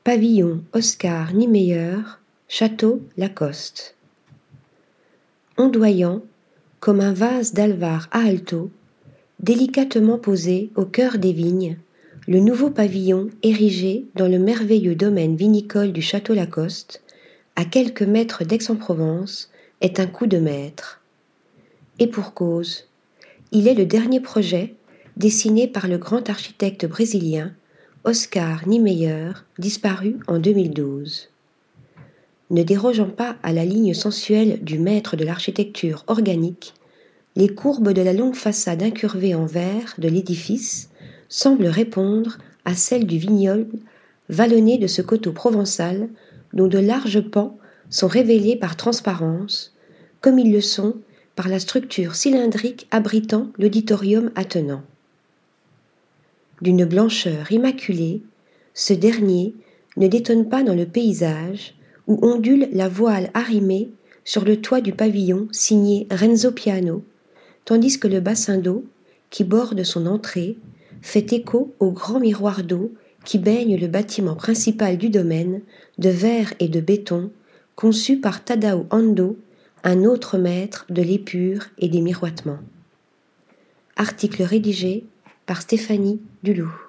Pavillon Oscar Niemeyer, Château Lacoste. Ondoyant, comme un vase d'Alvar Aalto, délicatement posé au cœur des vignes, le nouveau pavillon érigé dans le merveilleux domaine vinicole du Château Lacoste, à quelques mètres d'Aix-en-Provence, est un coup de maître. Et pour cause, il est le dernier projet dessiné par le grand architecte brésilien Oscar Niemeyer, disparu en 2012. Ne dérogeant pas à la ligne sensuelle du maître de l'architecture organique, les courbes de la longue façade incurvée en verre de l'édifice semblent répondre à celles du vignoble vallonné de ce coteau provençal dont de larges pans sont révélés par transparence, comme ils le sont par la structure cylindrique abritant l'auditorium attenant. D'une blancheur immaculée, ce dernier ne détonne pas dans le paysage où ondule la voile arrimée sur le toit du pavillon signé Renzo Piano, tandis que le bassin d'eau, qui borde son entrée, fait écho au grand miroir d'eau qui baigne le bâtiment principal du domaine, de verre et de béton, conçu par Tadao Ando, un autre maître de l'épure et des miroitements. Article rédigé par Stéphanie Duloup.